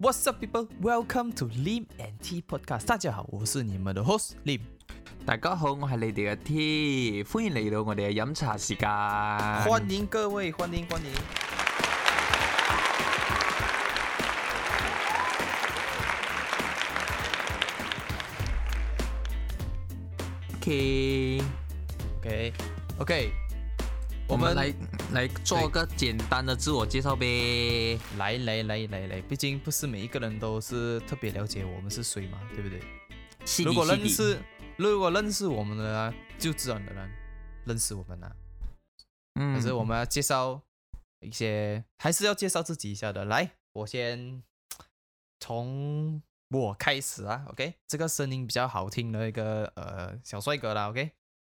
What's up, people? Welcome to Lim and T Podcast。大家好，我是你們的 host Lim。 大家好，我係你哋嘅 T， 歡迎嚟到我哋嘅飲茶時間。 歡迎各位，歡迎。OK， 我們來做個簡單的自我介紹唄。 來，畢竟不是每一個人都是特別了解我們是誰嘛，對不對？如果認識我們的呢，就自然而然認識我們啦。可是我們要介紹一些，還是要介紹自己一下的。來，我先從我開始啊 ，OK？ 這個聲音比較好聽的一個小帥哥啦 ，OK？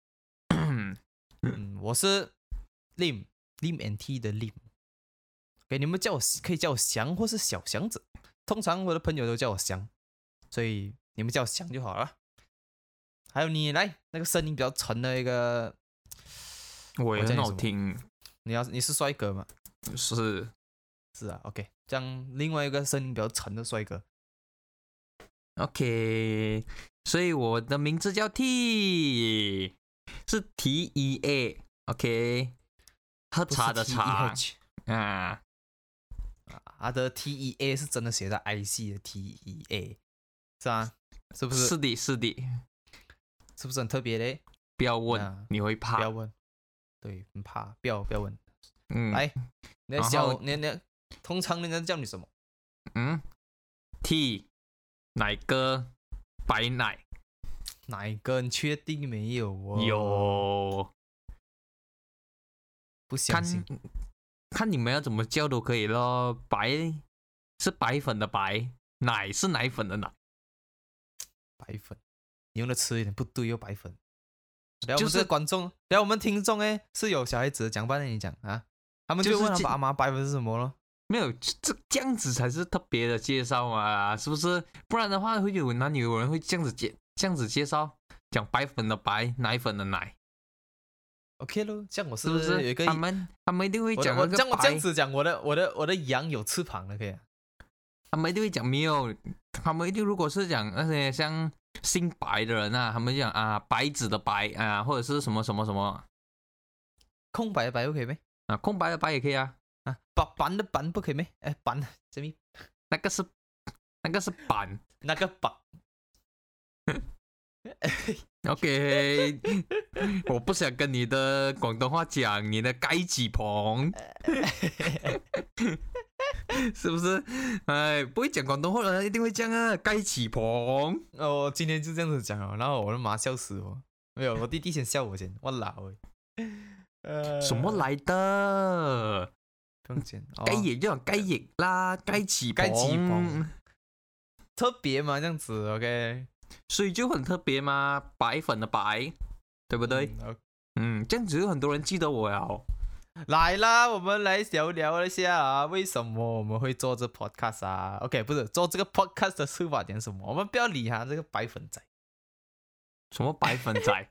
我是 Lim and T 的 Lim， 給你們可以叫我翔或是小翔子，通常我的朋友都叫我翔，所以你們叫我翔就好了。還有你來，那個聲音比較沉的一個， 我也很好聽。 你是帥哥嗎？ 是啊 ，OK， 這樣另外一個聲音比較沉的帥哥 ，OK， 所以我的名字叫 T， 是 TEA，OK， 喝茶的茶啊， 他的 TEA 是真的寫在 IC 的 TEA， 是啊，是不是？ 是的，是的， 是不是很特別嘞？ 不要問，你會怕。 不要問，對，很怕，不要問。來，你通常人家叫你什麼 ？T， 奶哥，白奶。 奶哥，你確定沒有哦？ 有。 不相信。 看你們要怎麼叫都可以咯。白是白粉的白，奶是奶粉的奶。 白粉，你用的詞有點不對哦，白粉。然後我們這個觀眾，然後我們聽眾是有小孩子的，講半天你講啊，他們就問他爸媽白粉是什麼咯？ 沒有，這樣子才是特別的介紹嘛，是不是？不然的話，會有哪裡有人會這樣子介紹，講白粉的白，奶粉的奶。 OK 咯，這樣我是不是有一個他們一定會講我這樣子講我的羊有翅膀的可以。 他們一定會講沒有，他們一定如果是講那些像姓白的人啊，他們講啊白紙的白啊，或者是什麼什麼什麼， 空白的白 OK 咩？ 啊空白的白也可以啊。 啊板的板不可以咩？哎板這邊那個是板， 那個板。 OK， 我不想跟你的廣東話講你的雞翅膀，是不是？哎，不會講廣東話的人一定會講啊，雞翅膀。 哦，今天就這樣子講了，然後我的媽笑死我，沒有，我弟弟先笑我先，我老什麼來的？ 不用錢， 雞翼就講雞翼啦，雞翅膀， 特別嘛，這樣子 OK。 所以就很特別嘛，白粉的白，對不對？這樣子有很多人記得我了。 來啦，我們來小聊一下啊，為什麼我們會做這 podcast 啊 ？OK， 不是做這個 podcast 的出發點是什麼？我們不要理他這個白粉仔。 什麼白粉仔？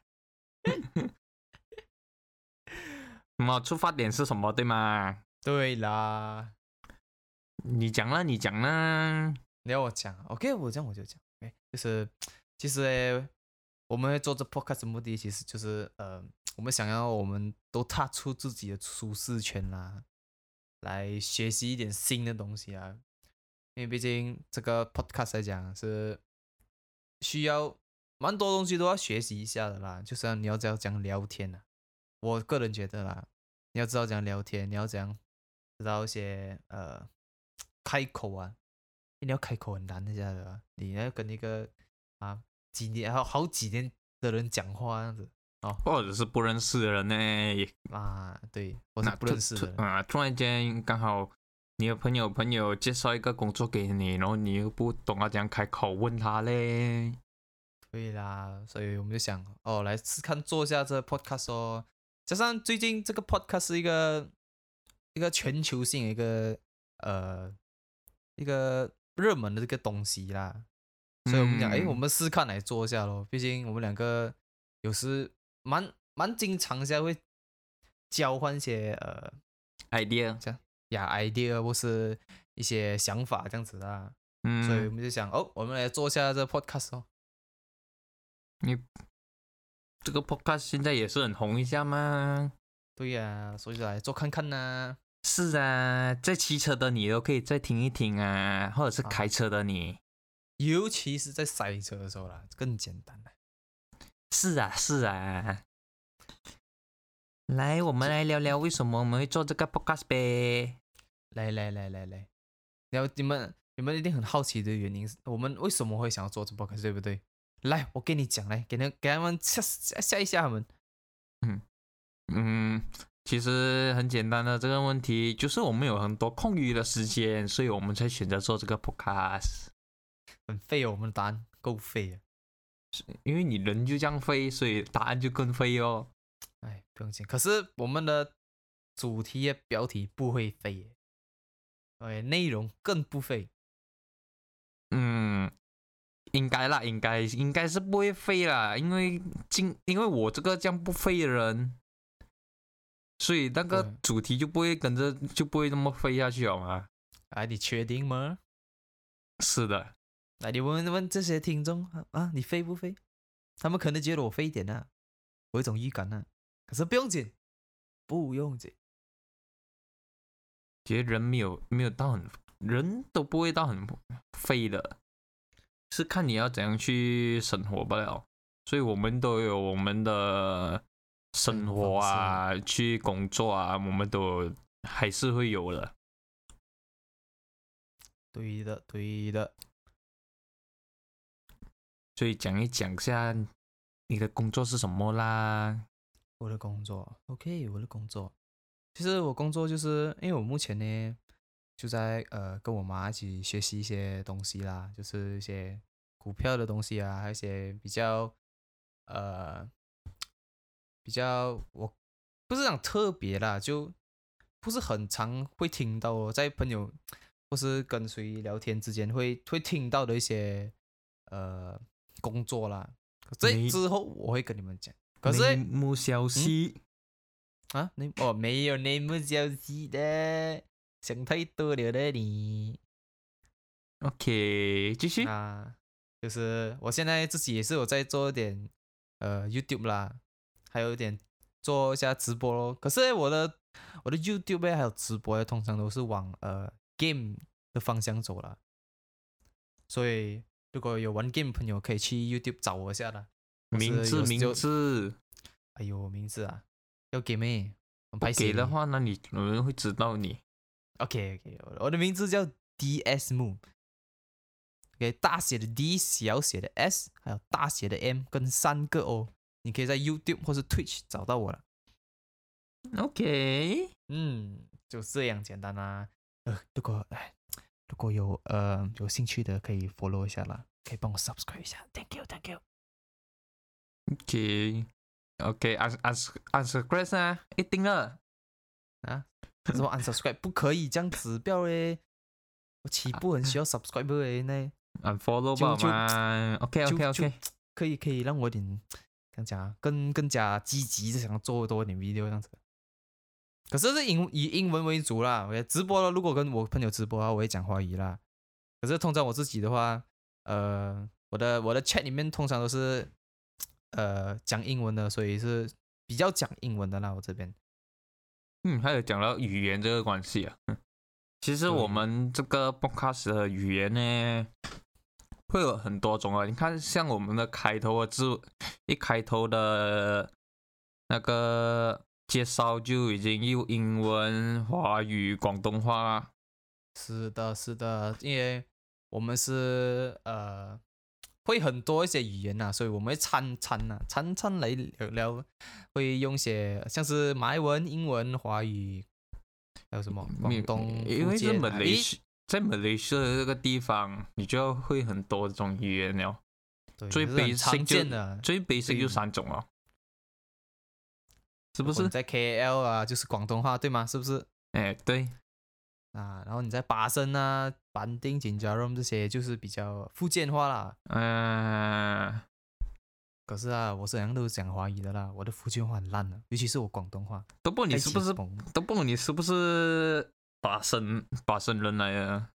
什麼出發點是什麼？對嗎？ 對啦， 你講啦，你要我講 ？OK， 我就講。就是其實我們會做這 podcast 的目的其實就是我們想要我們都踏出自己的舒適圈啦，來學習一點新的東西啊。因為畢竟這個 podcast 來講是需要蠻多東西都要學習一下的啦，就是你要知道怎樣聊天啊。我個人覺得啦，你要知道怎樣聊天，你要怎樣知道一些開口啊。你要開口很難的，曉得吧？你要跟一個好幾年的人講話，這樣子哦， 或者是不認識的人呢？ 對，或者不認識的人突然間剛好你的朋友介紹一個工作給你，然後你又不懂要怎樣開口問他嘞？ 對啦，所以我們就想來試看做一下這個 podcast 哦。加上最近這個 podcast 是一個全球性的一個熱門的這個東西啦，所以我們講，我們試看來做一下咯。畢竟我們兩個有時蠻經常下會交換一些 idea， 這樣呀 idea 或是一些想法這樣子啦。 所以我们就想我们来做一下这 podcast 哦。 你这个 podcast 现在也是很红一下嘛。 对呀，所以来做看看呐。 是啊，在骑车的你都可以再听一听啊，或者是开车的你， 尤其是在塞车的时候啦，更简单了。 是啊，是啊。来，我们来聊聊为什么我们会做这个 podcast 呗。 来，然后你们一定很好奇的原因是我们为什么会想要做这 podcast，对不对？来，我跟你讲，来给他们吓一下他们。 其实很简单的这个问题，就是我们有很多空余的时间，所以我们才选择做这个 podcast。 很废哦，我们的答案够废啊。 因为你人就这样废，所以答案就更废哦。 哎，不用紧。可是我们的主题的标题不会废耶，内容更不废。 应该啦，应该是不会废啦，因为我这个这样不废的人，所以那个主题就不会那么废下去了嘛。 哎，你确定吗？ 是的。 来，你问问这些听众啊，你废不废？他们可能觉得我废一点啊，我有一种预感啊。可是不用紧，不用紧。 其实人没有到人都不会到很废的，是看你要怎样去生活不了。所以我们都有我们的生活啊，去工作啊，我们都还是会有的。 对的。 所以讲一下你的工作是什么啦？ 我的工作 ，OK， 我的工作，其实我工作就是因为我目前呢就在跟我妈一起学习一些东西啦，就是一些股票的东西啊，还有一些比较我不是讲特别啦，就不是很常会听到哦，在朋友或是跟谁聊天之间会听到的一些工作啦。这之后我会跟你们讲。可是内幕消息没有内幕消息的，想太多了的你。 OK， 继续啊，就是我现在自己也是有在做一点YouTube 啦，还有一点做一下直播咯。可是我的 YouTube 还有直播通常都是往game 的方向走啦，所以如果有玩 game 的朋友可以去 YouTube 找我一下啦。 名字， 哎呦，名字啊，要给咩？ 不给的话，那有人会知道你。 OK， 我的名字叫 DS Moon。OK， 大写的 D， 小写的 S， 还有大写的 M 跟3个 O， 你可以在 YouTube 或是 Twitch 找到我了。 OK， 就这样简单啦。如果有兴趣的可以 follow 一下啦，可以帮我 subscribe 一下 ，Thank you。 OK，unsubscribe 啊，一定了啊？什么 unsubscribe 不可以这样子，不要嘞！我起步很需要 subscribe 嘞呢。 unfollow 吧嘛。OK， 可以让我有点怎讲啊，更加积极，想要做多一点 video 这样子。可是是以英文为主啦。我直播了，如果跟我朋友直播的话，我会讲华语啦。可是通常我自己的话，我的 chat 里面通常都是讲英文的，所以是比较讲英文的啦。我这边， 还有讲到语言这个关系啊。其实我们这个 podcast 的语言呢，会有很多种啊。你看，像我们的开头的字，一开头的那个介绍就已经有英文、华语、广东话。 是的，因为我们是会很多一些语言呐，所以我们会掺来聊，会用些像是马来文、英文、华语，还有什么广东、 因为在马来西亚的这个地方，你就会很多这种语言了。最 basic 就3种哦，是不是？ 在 KL 啊，就是广东话对吗？是不是？ 哎，对。 然后你在巴生啊、板丁、金家荣这些就是比较福建话啦。可是啊，我这样都是讲华语的啦，我的福建话很烂的，尤其是我广东话。 都不懂你是不是巴生人来的？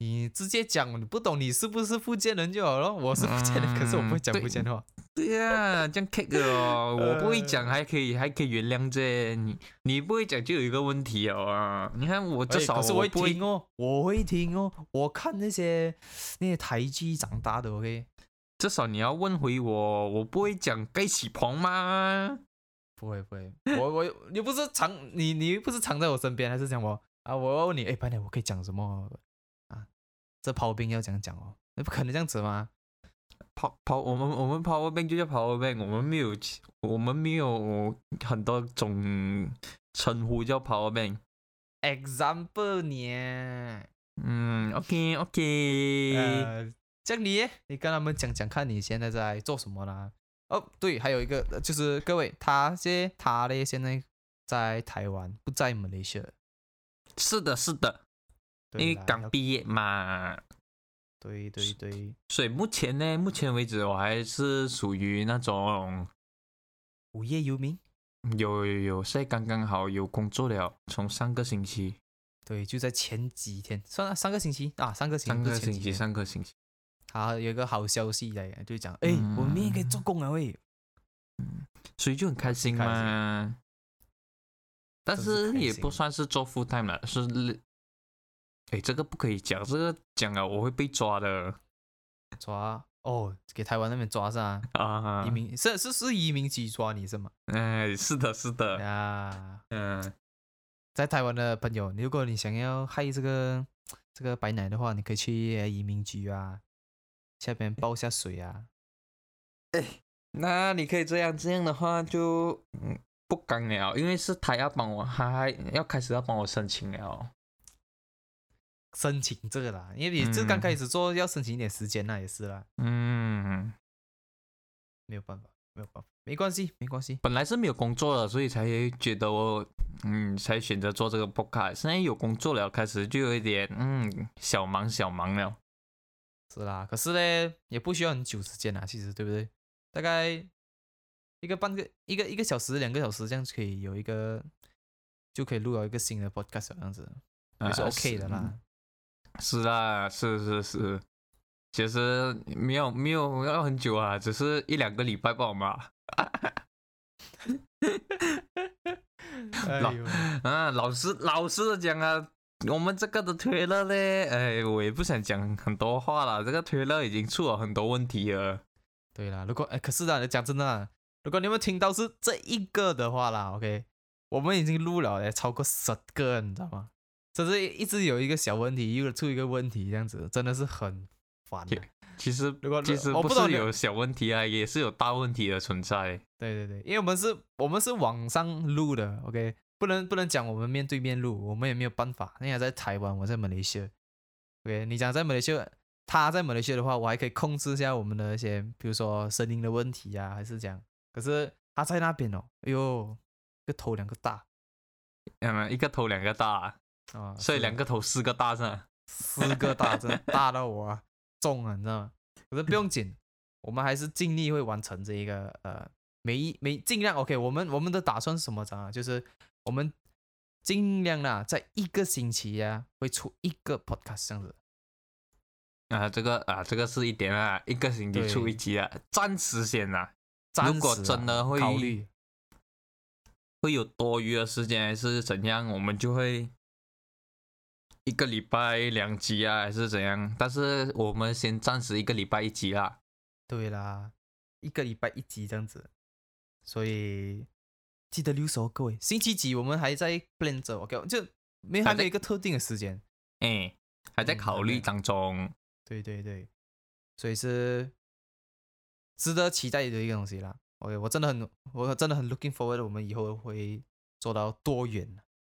你直接讲，你不懂你是不是福建人就好了。我是福建人，可是我不会讲福建话。 对呀，这样 kick 哦，我不会讲还可以原谅这，你不会讲就有一个问题哦啊。你看我至少可是我会不会听哦，我会听哦，我看那些台剧长大的，OK。 至少你要问回我，我不会讲盖起棚吗？ 不会，你不是你不是常在我身边，还是讲我啊？我要问你，哎，白鸟，我可以讲什么啊？这刨冰要讲哦，那不可能这样子吗？ 我们 power bank 就叫 power bank，我们没有很多种称呼叫 power bank。 example 呢 OK， 这样你跟他们讲讲看你现在在做什么啦？哦，对，还有一个就是各位，他嘞现在在台湾，不在马来西亚。 是的，因为刚毕业嘛。 对， 所以目前为止我还是属于那种无业游民。 有，现在刚刚好有工作了，从上个星期。 对，就在前几天，上个星期啊，上个星期，他有一个好消息来，就讲，哎，我明天可以做工了喂。 所以就很开心嘛。但是也不算是做 full time 了，是。哎，这个不可以讲，这个讲了我会被抓的。 抓哦，给台湾那边抓是吧？ 啊， 移民是移民局抓你是吗？ 哎，是的呀。在台湾的朋友，如果你想要害这个白奶的话，你可以去移民局啊，下边报下水啊。 哎，那你可以这样的话就不敢了，因为是他要帮我，他还要开始要帮我申请了。 申请这个啦，因为你这刚开始做要申请一点时间那也是啦。没有办法，没关系。 本来是没有工作的，所以才觉得我才选择做这个 podcast。现在有工作了，开始就有一点小忙了。 是啦，可是呢也不需要很久时间啦，其实对不对？大概一个小时2个小时这样可以就可以录到一个新的 podcast 这样子，也是 OK 的啦。 是啦，是，其实没有要很久啊，只是1-2个礼拜吧嘛。老实的讲啊，我们这个的推乐嘞，哎，我也不想讲很多话了，这个推乐已经出了很多问题了。 对啦，如果可是啊，讲真的啊，如果你们听到是这一个的话啦 ，OK， 我们已经录了超过10个，你知道吗？只是一直有一个小问题，又出一个问题，这样子真的是很烦。 其实不是有小问题啊，也是有大问题的存在。 对，因为我们是网上录的 ，OK， 不能讲我们面对面录，我们也没有办法。那在台湾，我在马来西亚 ，OK， 你讲在马来西亚，他在马来西亚的话，我还可以控制一下我们的一些，比如说声音的问题啊，还是这样。可是他在那边哦，哎呦，一个头2个大， 一个头2个大。所以2个头4个大是吧 ？4个大，真的大到我重啊，你知道吗？可是不用紧，我们还是尽力会完成这一个尽量 OK。我们的打算是什么啊？就是我们尽量啦，在1个星期啊会出1个 podcast 这样子。 这个是一点啊，1个星期出1集啊，暂时先啊。如果真的会考虑会有多余的时间还是怎样，我们就会1个礼拜2集啊，还是怎样？但是我们先暂时1个礼拜1集啦。 对啦，1个礼拜1集这样子，所以记得留守各位。星期几我们还在 plan 着 ，OK， 就还没有一个特定的时间， 还在考虑当中。 对，所以是值得期待的一个东西啦。OK， 我真的很 looking forward， 我们以后会做到多元。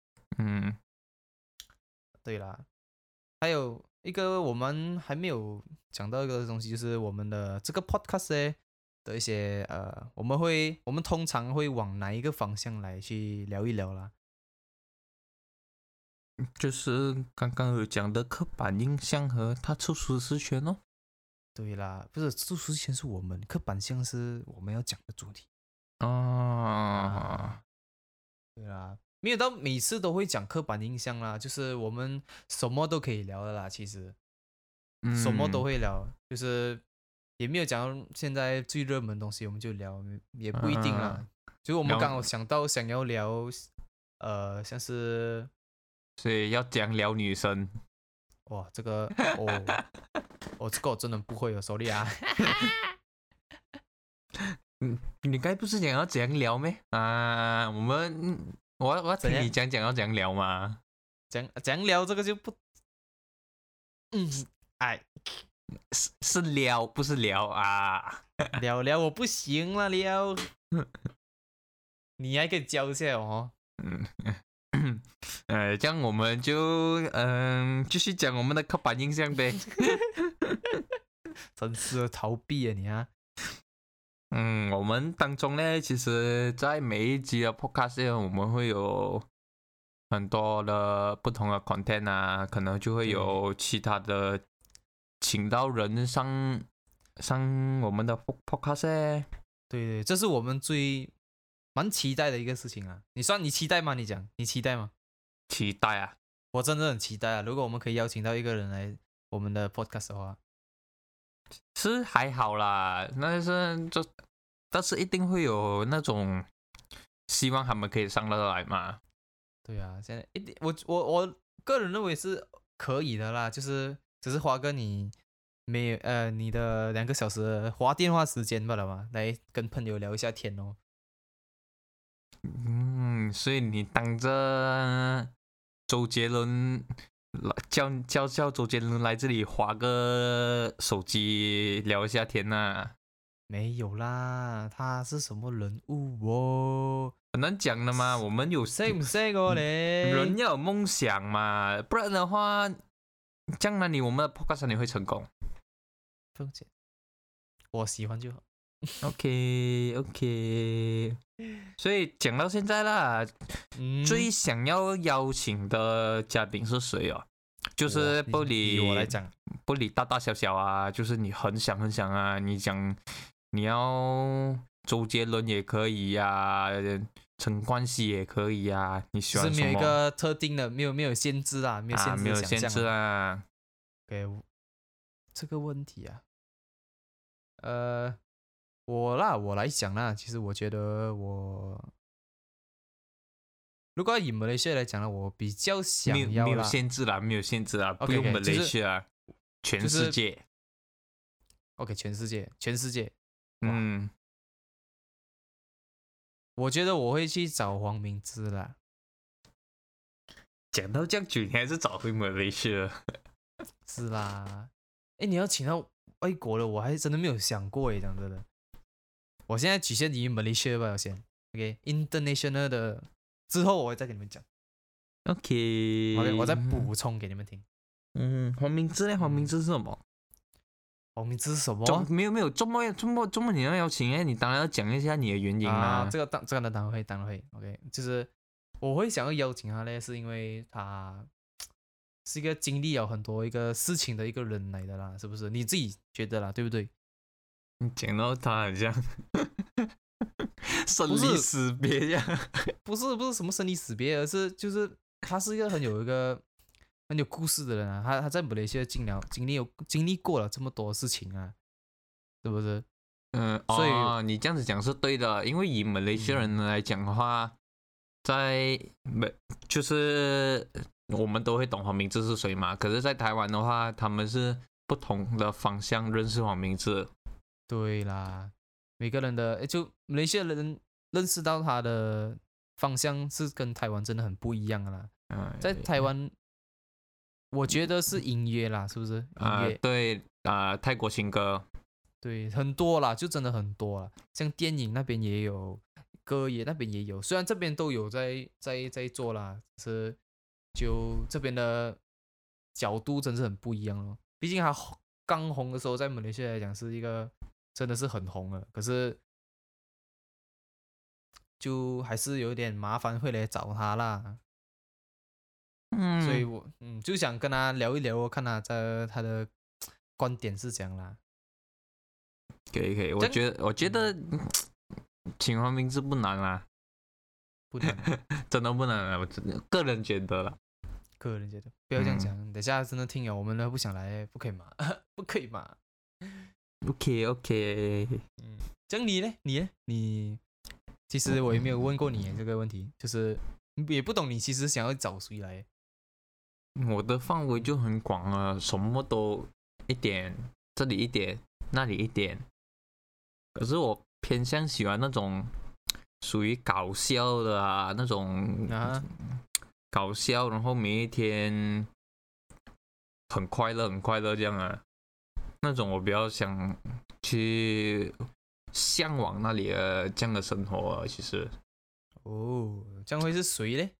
对啦，还有一个我们还没有讲到一个东西，就是我们的这个 podcast 的一些我们通常会往哪一个方向来去聊一聊啦？ 就是刚刚有讲的刻板印象和踏出舒适圈哦。 对啦，不是舒适圈是我们，刻板印象是我们要讲的主题。对啦。没有到每次都会讲刻板印象啦，就是我们什么都可以聊的啦，其实什么都会聊，就是也没有讲现在最热门的东西我们就聊，也不一定啦。就是我们刚好想到想要聊，像是， 所以要讲聊女生。 哇，这个这个我真的不会，sorry 啊。 你该不是讲要怎样聊咩？啊，我要听你讲要怎样聊嘛。 怎样聊这个就不， 是聊不是聊啊。 聊我不行了聊，你还可以教一下哦。 这样我们就继续讲我们的刻板印象呗。 真是逃避啊你啊！ 我们当中呢，其实在每一集的 podcast 我们会有很多的不同的 content 啊，可能就会有其他的请到人上我们的 podcast。 对，这是我们蛮期待的一个事情啊。你期待吗？你期待吗？ 期待啊！ 我真的很期待啊！如果我们可以邀请到一个人来我们的 podcast 的话， 是还好啦，但是一定会有那种希望他们可以上得来嘛。 对啊，现在我个人认为是可以的啦，就是只是花哥你没有你的2个小时花电话时间罢了嘛，来跟朋友聊一下天哦。 所以你当着周杰伦叫周杰伦来这里划个手机聊一下天啊？ 没有啦，他是什么人物哦？ 很难讲的嘛，我们有识唔识我嘞？ 人要有梦想嘛，不然的话，将来我们的 podcast 你会成功。 不用钱，我喜欢就好。 OK， 所以讲到现在啦，最想要邀请的嘉宾是谁哦？就是不理我来讲， 不理大大小小啊，就是你很想啊，你讲你要周杰伦也可以呀，陈冠希也可以呀，你喜欢什么？ 是没有一个特定的，没有限制啦，没有限制， 没有限制啊。 OK， 这个问题啊，我来讲啦，其实我觉得如果要以马来西亚来讲呢，我比较想要啦， 没有限制啦，没有限制啦， okay, 不用马来西亚，全世界。 OK， 全世界。我觉得我会去找黄明志啦。 讲到这样久，你还是找回马来西亚？ 是啦，你要请到外国的，我还真的没有想过诶，讲真的。我现在局限于马来西亚吧，先 OK，international 的之后我会再跟你们讲。OK， 我再补充给你们听。 黄明志呢？黄明志是什么？ 黄明志是什么？ 没有，这么你要邀请你当然要讲一下你的原因啦。 这个当然会OK， 就是我会想要邀请他呢，是因为他是一个经历了很多一个事情的一个人来的啦，是不是？你自己觉得啦，对不对？ 你讲到他很像生离死别呀？ 不是什么生离死别，而是就是他是一个很有故事的人啊，他在马来西亚经历过了这么多事情啊，是不是？ 所以你这样子讲是对的，因为以马来西亚人来讲的话，就是我们都会懂黄明志是谁嘛，可是，在台湾的话，他们是不同的方向认识黄明志。 对啦，每个人的就马来西亚人认识到他的方向是跟台湾真的很不一样的啦。在台湾，我觉得是音乐啦，是不是？音乐对泰国情歌， 对，很多啦，就真的很多啦。像电影那边也有，歌也那边也有，虽然这边都有在做啦，是就这边的角度真是很不一样咯。毕竟他刚红的时候，在马来西亚来讲是一个真的是很红了，可是就还是有点麻烦会来找他啦。所以我就想跟他聊一聊，看他的观点是怎样啦。 可以，我觉得请黄明志不难啦， 不难， 真的不难啦，我个人觉得啦。 客人觉得不要这样讲，等下真的听了我们呢不想来，不可以嘛？不可以嘛？ OK， 这样你呢？你其实我也没有问过你这个问题，就是也不懂你其实想要找谁来。 我的范围就很广了，什么都一点，这里一点，那里一点。可是我偏向喜欢那种属于搞笑的啊，那种搞笑，然后每一天很快乐这样啊，那种我比较想去向往那里的这样的生活啊，其实。 哦，这样会是谁嘞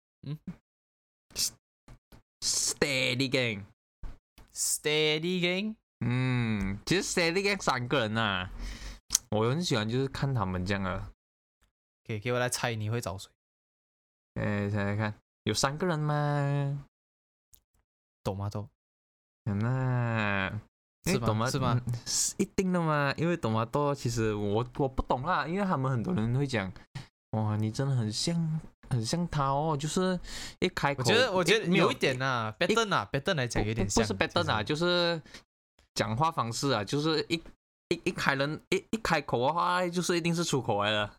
？Steady Gang。Steady Gang。 其实 Steady Gang 3个人啊，我很喜欢就是看他们这样啊。 给我来猜你会找谁？ 猜猜看，有3个人吗？ 懂吗？懂。 那是吗？是吗？ 一定的嘛，因为懂吗？多其实我不懂啦，因为他们很多人会讲，哇，你真的很像他哦，就是一开口， 我觉得有一点啊 ，Betten 来讲有点像， 不是 Betten 啊，就是讲话方式啊，就是一开口的话，就是一定是出口来的。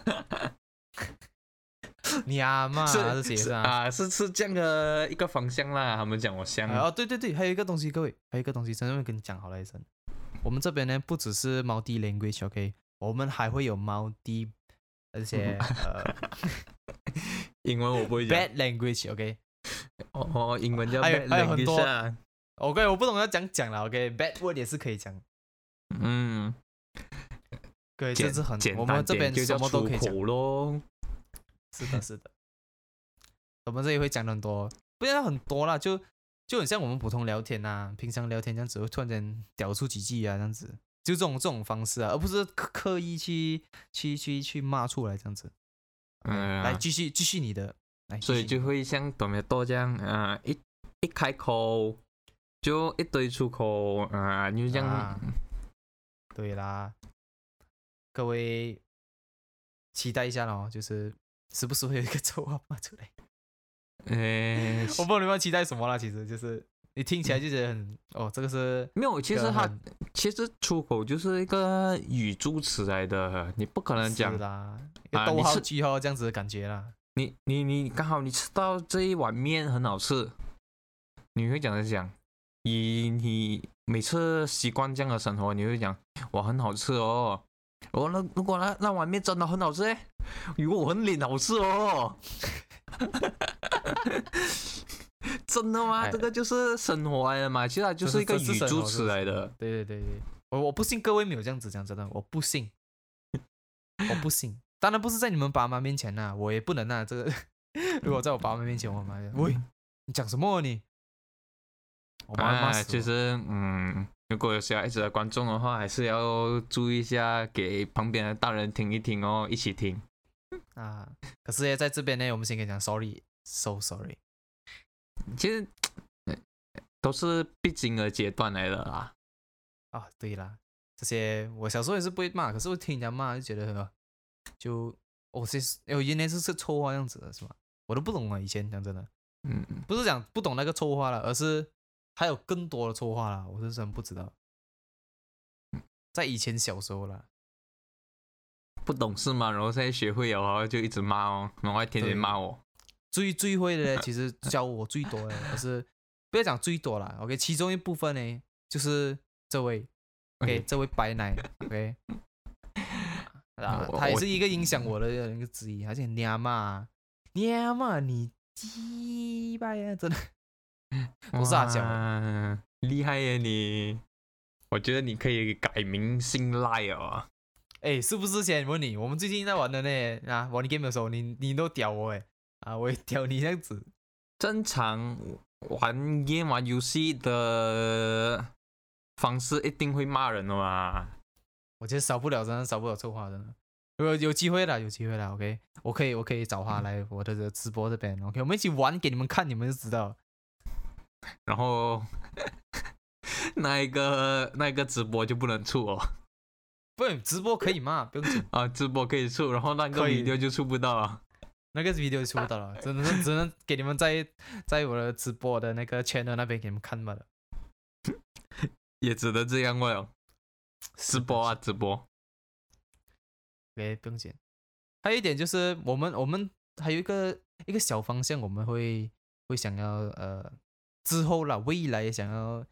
你阿妈是谁是这样的一个方向啦，他们讲我像。 哦，对，还有一个东西，各位，还有一个东西，真的会跟你讲好了一声。我们这边呢，不只是Maldi language，OK，我们还会有Maldi，而且英文我不会讲。 Bad language，OK。 哦，英文叫 bad language 啊。 还有很多。OK， 我不懂要讲了 ，OK，bad word 也是可以讲。对，这是很，我们这边什么都可以讲咯。 是的，我们这里会讲很多，不要很多啦，就很像我们普通聊天啊，平常聊天这样子，会突然间屌出几句啊，这样子，就这种方式啊，而不是刻意去骂出来这样子。来继续你的，来， 所以就会像tomato这样一开口就一堆出口就这样。 对啦，各位期待一下咯，就是时不时会有一个丑话骂出来。我不知道你们期待什么啦，其实就是你听起来就觉得很这个是没有，其实出口就是一个语助词来的，你不可能讲啦，一个逗号句号这样子的感觉啦。 你刚好你吃到这一碗面很好吃，你会讲你每次习惯这样的生活，你会讲哇很好吃哦。如果那碗面真的很好吃如果我很脸好吃哦。真的吗？这个就是生活来的嘛，其实它就是一个语助词来的。 对，我不信各位没有这样子讲，真的，我不信。当然不是在你们爸妈面前呐，我也不能呐。这个如果在我爸妈面前，我妈喂，你讲什么你？我妈骂死我。 其实如果有小孩子的观众的话，还是要注意一下，给旁边的大人听一听哦，一起听。 可是在这边呢，我们先跟你讲 sorry，so sorry。 其实都是必经的阶段来的啦。 对啦，这些我小时候也是不会骂，可是我听人家骂就觉得原来是臭话这样子的是吧？我都不懂啊，以前讲真的，不是讲不懂那个臭话了，而是还有更多的臭话啦，我是真不知道。在以前小时候啦。 不懂事嘛，然后现在学会了，然后就一直骂哦，然后还天天骂我。 最会的其实教我最多的，可是不要讲最多啦 ，OK， 其中一部分呢就是这位 ，OK， 这位白奶 ，OK， 他也是一个影响我的一个之一，而且娘嘛，你鸡巴呀，真的，不是他讲， 厉害耶你，我觉得你可以改名姓赖哦。 是不是先问你？我们最近在玩的呢玩 game 的时候，你都屌我我也屌你这样子。 正常玩游戏的方式一定会骂人的嘛。 我觉得少不了臭话，真的。有机会了 ，OK， 我可以找他来我的直播这边 ，OK， 我们一起玩给你们看，你们就知道。 然后那一个直播就不能出哦。 不，直播可以骂，不用紧直播可以出，然后那个video就出不到了。 那个 video 就出不到了，只能给你们在我的直播的那个 channel 那边给你们看罢了。 也只能这样了。直播啊，直播。 OK， 不用紧。还有一点就是我们还有一个小方向，我们会想要之后啦，未来也想要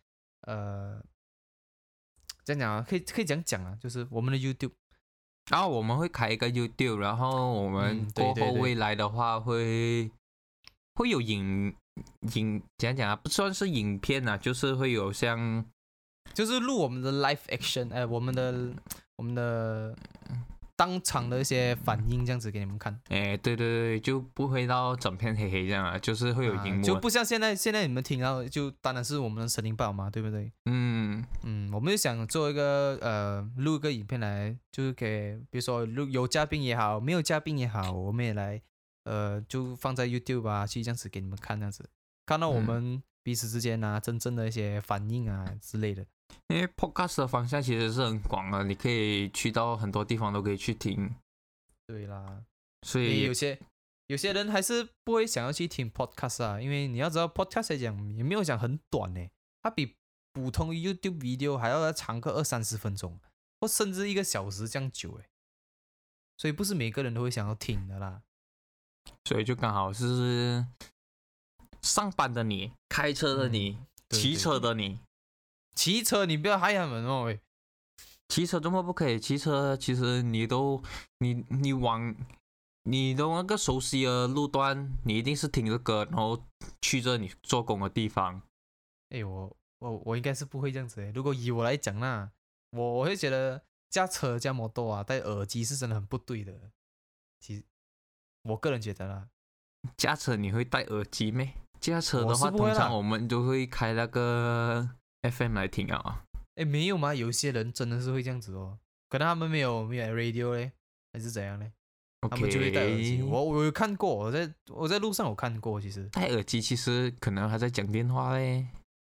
这样讲啊，可以这样讲啊，就是我们的 YouTube。 然后我们会开一个 YouTube， 然后我们过后未来的话会有怎样讲啊？不算是影片啊，就是会有像就是录我们的 live action，我们的当场的一些反应这样子给你们看。 对对对，就不会到整片黑黑这样啊，就是会有荧幕， 就不像现在你们听到就当然是我们的声音爆嘛，对不对？我们就想做一个录一个影片来，就是给比如说有嘉宾也好，没有嘉宾也好，我们也来就放在 YouTube 啊，去这样子给你们看，这样子看到我们彼此之间啊真正的一些反应啊之类的。 因为 podcast 的方向其实是很广的，你可以去到很多地方都可以去听。 对啦， 所以有些人还是不会想要去听 podcast 啊，因为你要知道 podcast 来讲也没有讲很短呢，它比普通 YouTube video 还要长个20-30分钟，或甚至1个小时这样久哎，所以不是每个人都会想要听的啦。 所以就刚好是上班的你、开车的你、骑车的你。 骑车你不要害他们哦喂！ 骑车怎么不可以？骑车其实你往你的那个熟悉的路段，你一定是听着歌，然后去着你做工的地方。 我应该是不会这样子诶。如果以我来讲啦，我会觉得驾车驾摩托啊，戴耳机是真的很不对的。其实我个人觉得啦， 驾车你会戴耳机咩？驾车的话，通常我们都会开那个 FM 来听啊。 没有吗？有些人真的是会这样子哦，可能他们没有 radio 嘞，还是怎样嘞？他们就会戴耳机。我有看过，我在路上有看过，其实戴耳机其实可能还在讲电话嘞。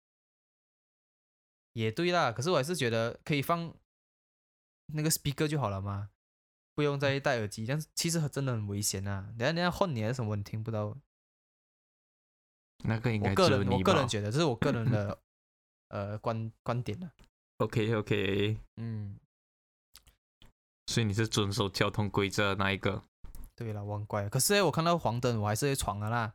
也对啦，可是我还是觉得可以放那个 speaker 就好了嘛，不用再戴耳机，但是其实真的很危险啊！等下换你还是什么，你听不到。 那个应该我个人觉得，这是我个人的观点了。 OK， 所以你是遵守交通规则那一个？ 对了，我很乖，可是我看到黄灯，我还是会闯的啦。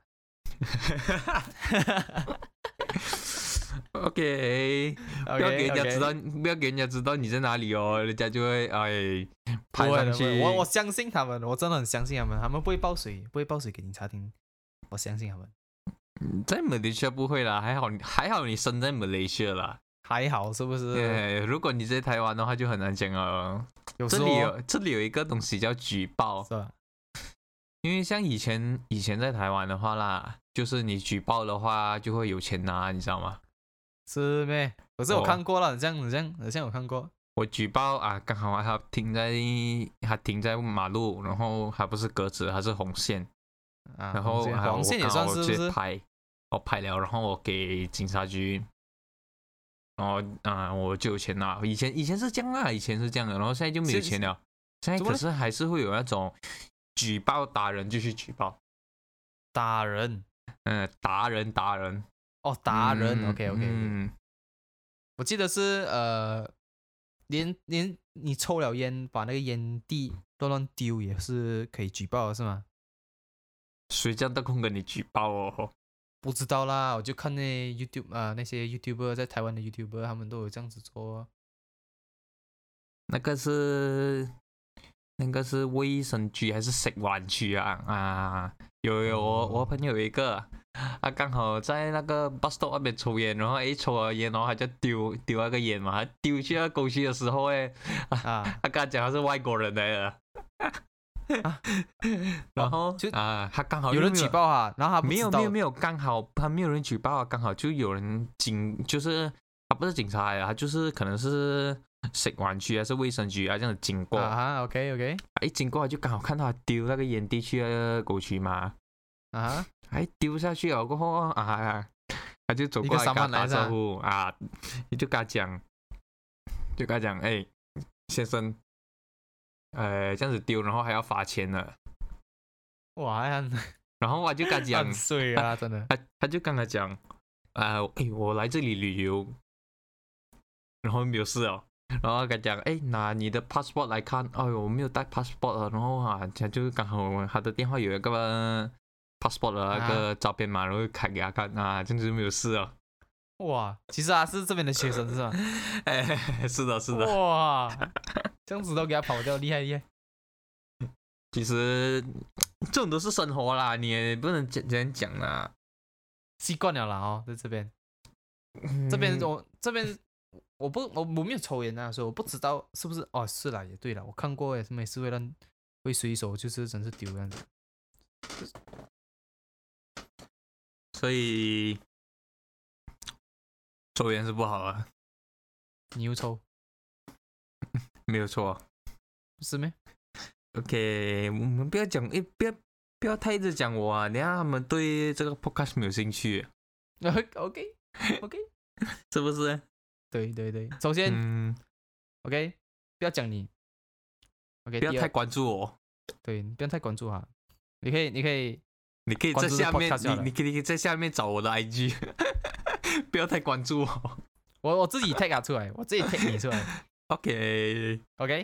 OK， 不要给人家知道，不要给人家知道你在哪里哦，人家就会拍上去。 我相信他们，我真的很相信他们，他们不会报水给警察听，我相信他们。 在马来西亚不会啦，还好你生在马来西亚啦， 还好是不是？ 如果你在台湾的话就很难讲了。这里有一个东西叫举报， 是吧？ 因为像以前在台湾的话啦，就是你举报的话就会有钱拿，你知道吗？ 是咩？可是我看过了，好像有看过。 我举报啊，刚好他停在马路，然后还不是格子，还是红线。然后黄线也算是不是？ 我拍了，然后我给警察局，然后我就有钱拿。以前是这样啊，以前是这样的，然后现在就没有钱了。现在可是还是会有那种举报达人就去举报。 达人？ 达人。 哦，达人。OK。我记得是连你抽了烟，把那个烟蒂乱丢也是可以举报的，是吗？ 谁叫得空跟你举报哦？ 不知道啦，我就看那 YouTube 那些 YouTuber 在台湾的 YouTuber 他们都有这样子做。 那个是卫生局还是食环局啊？有我朋友有一个，他刚好在那个 bus stop 那边抽烟，然后抽了烟，然后他就丢那个烟嘛，他丢去那沟渠的时候他跟他讲他是外国人来的。然后他刚好有人举报然后他不知道没有，刚好他没有人举报刚好就有人就是他不是警察他就是可能是食环局还是卫生局这样子经过 OK， 一经过就刚好看到他丢那个烟蒂去那个沟渠嘛丢下去了过后他就走过来跟他打招呼你就跟他讲先生这样子丢，然后还要罚钱了。 哇， 然后我就跟他讲很，衰啊，真的。 他就跟他讲，我来这里旅游，然后没有事哦。然后跟他讲，拿你的 passport 来看，我没有带 passport 了。然后他就刚好他的电话有一个 passport 的那个照片嘛，然后开给他看这样子就没有事了。 哇，其实是这边的学生是吧？ 是的，是的。 哇，这样子都给他跑掉，厉害厉害。 其实这种都是生活啦，你也不能这样讲啦。 习惯了啦哦，在这边，这边我没有抽烟啊，所以我不知道是不是哦，是啦，也对了，我看过也是每次会随手就是真是丢这样子。 所以抽烟是不好啊。 你又抽？ 没有错。 是没 OK， 我们不要讲，不要太一直讲我啊，等下他们对这个 podcast 没有兴趣。 OK， 是不是？ 对对对，首先，OK，不要讲你，OK， 不要太关注我。 对，不要太关注哈。你可以在下面，你可以在下面找我的 IG， 不要太关注我。 我自己 tag 出来，我自己 tag 你出来。 OK，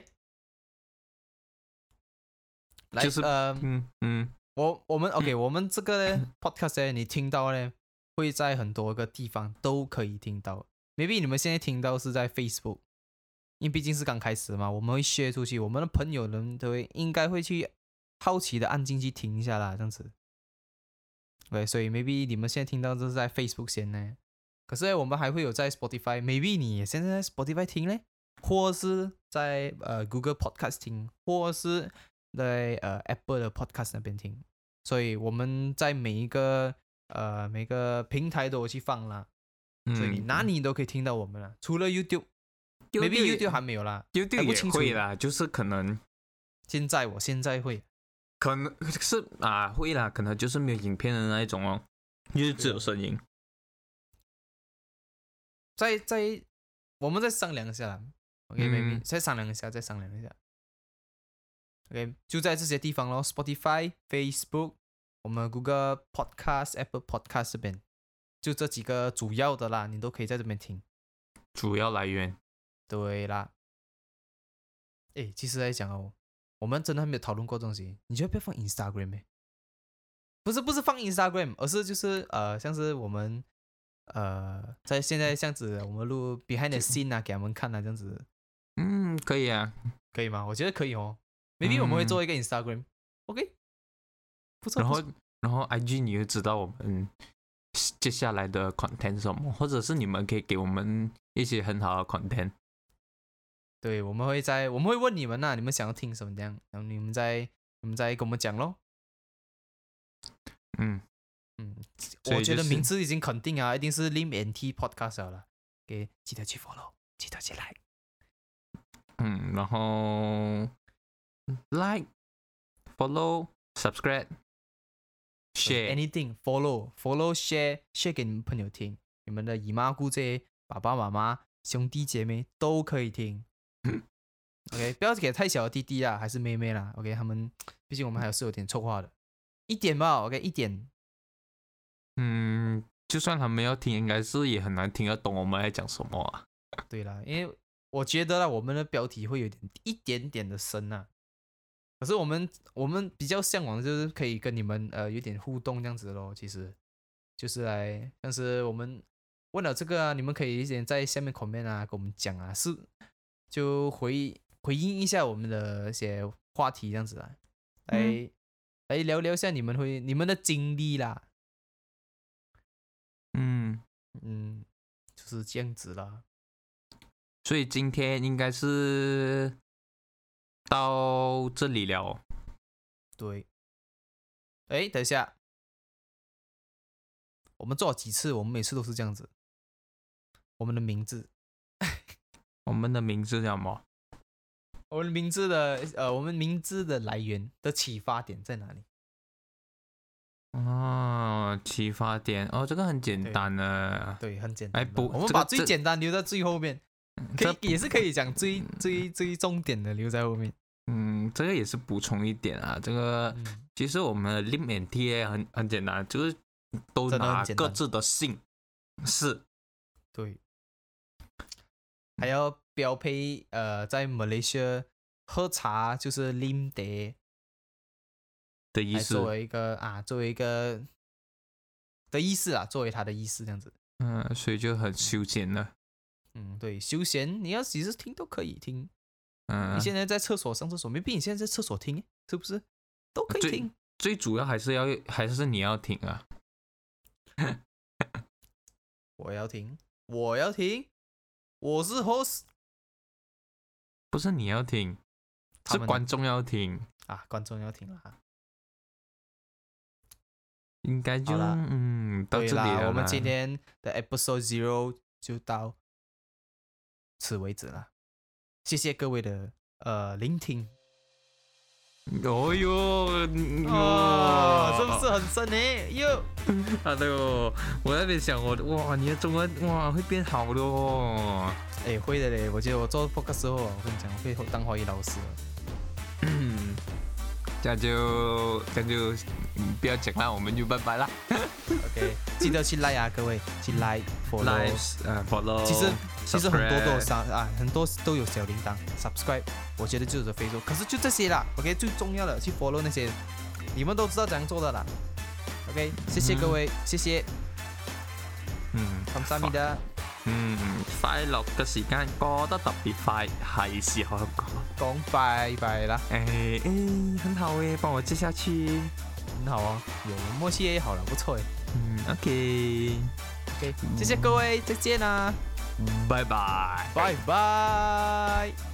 来， 就是我们 OK，我们这个 podcast 呢，你听到呢，会在很多个地方都可以听到。Maybe 你们现在听到是在 Facebook， 因为毕竟是刚开始嘛，我们会 share 出去，我们的朋友们应该会去好奇的按进去听一下啦，这样子。对，所以 maybe 你们现在听到这是在 Facebook 先呢，可是我们还会有在 Spotify，maybe 你也现在在 Spotify 听呢，或是在Google Podcast 听，或是在Apple 的 Podcast 那边听，所以我们在每个平台都有去放啦，所以你哪里都可以听到我们了，除了 YouTube，maybe YouTube 还没有啦 ，YouTube 也会啦，就是可能现在会， 可能是会啦，可能就是没有影片的那一种哦，就是只有声音。 我们再商量一下啦 ，OK，maybe 再商量一下。OK， 就在这些地方咯 ，Spotify、Facebook， 我们 Google Podcast、Apple Podcast 这边，就这几个主要的啦，你都可以在这边听。 主要来源。 对啦。其实来讲哦，我们真的还没有讨论过这东西，你觉得不要放 Instagram 吗？不是放 Instagram， 而是就是像是我们在现在这样子，我们录 behind the scene 给他们看这样子。 可以啊， 可以吗？我觉得可以哦。Maybe 我们会做一个 Instagram，OK，不错。 然后 IG 你会知道我们接下来的 content 是什么，或者是你们可以给我们一些很好的 content。 对，我们会问你们你们想要听什么这样，然后你们再跟我们讲咯。我觉得名字已经肯定啊，一定是 Lim NT Podcast 了，给记得去 follow， 记得去 like。 然后 like follow subscribe share anything follow share 给你们朋友听，你们的姨妈姑姐、爸爸妈妈、兄弟姐妹都可以听。OK， 不要给太小的弟弟啦，还是妹妹啦。OK， 他们毕竟我们还是有点臭话的，一点吧。OK， 一点。 就算他们要听，应该是也很难听得懂我们在讲什么啊。 对啦，因为我觉得啦，我们的标题会有一点点的深啊。可是我们比较向往的就是可以跟你们有点互动这样子咯。其实就是像是我们问了这个你们可以一点在下面 comment 跟我们讲是就回应一下我们的一些话题这样子来聊聊一下你们的经历啦。就是这样子啦。 所以今天应该是到这里了。 对。等一下，我们做了几次？我们每次都是这样子。我们的名字叫什么？ 我们名字的来源的启发点在哪里？ 启发点这个很简单的。 对，很简单。 不， 我们把最简单留在最后面，也是可以讲最重点的留在后面。 这个也是补充一点啊，这个其实我们的 lim and TA 很简单，就是都拿各自的姓氏。 对，还要标配在马来西亚喝茶就是 lim teh 的意思， 作为一个的意思啊，作为它的意思这样子。 所以就很休闲了。 对，休闲，你要几时听都可以听。你现在在厕所上厕所，没必你现在在厕所听，是不是？都可以听。 最主要还是你要听啊。 我要听，我是 host， 不是你要听，是观众要听啊，观众要听了。 应该就到这里了。 我们今天的 episode 0就到此为止了，谢谢各位的聆听。 哦哟， 是不是很深呢？哟， 我在那边想哇，你的中文会变好的哦。 会的嘞，我觉得我做 podcast 后，我跟你讲，我会当华语老师了。 这样就不要讲了，我们就拜拜啦。 OK， 记得去 like 啊，各位去 follow， 其实很多都有很多都有小铃铛 subscribe， 我觉得就是 Facebook， 可是就这些啦。OK， 最重要的去 follow 那些，你们都知道怎样做的啦。OK， 谢谢各位，謝謝。감사합니다。 快樂嘅時間過得特別快，係時候講拜拜啦。 很好誒，幫我接下去。 很好啊，有默契好了，不錯誒。 OK， 謝謝各位，再見啦， 拜拜， 拜拜。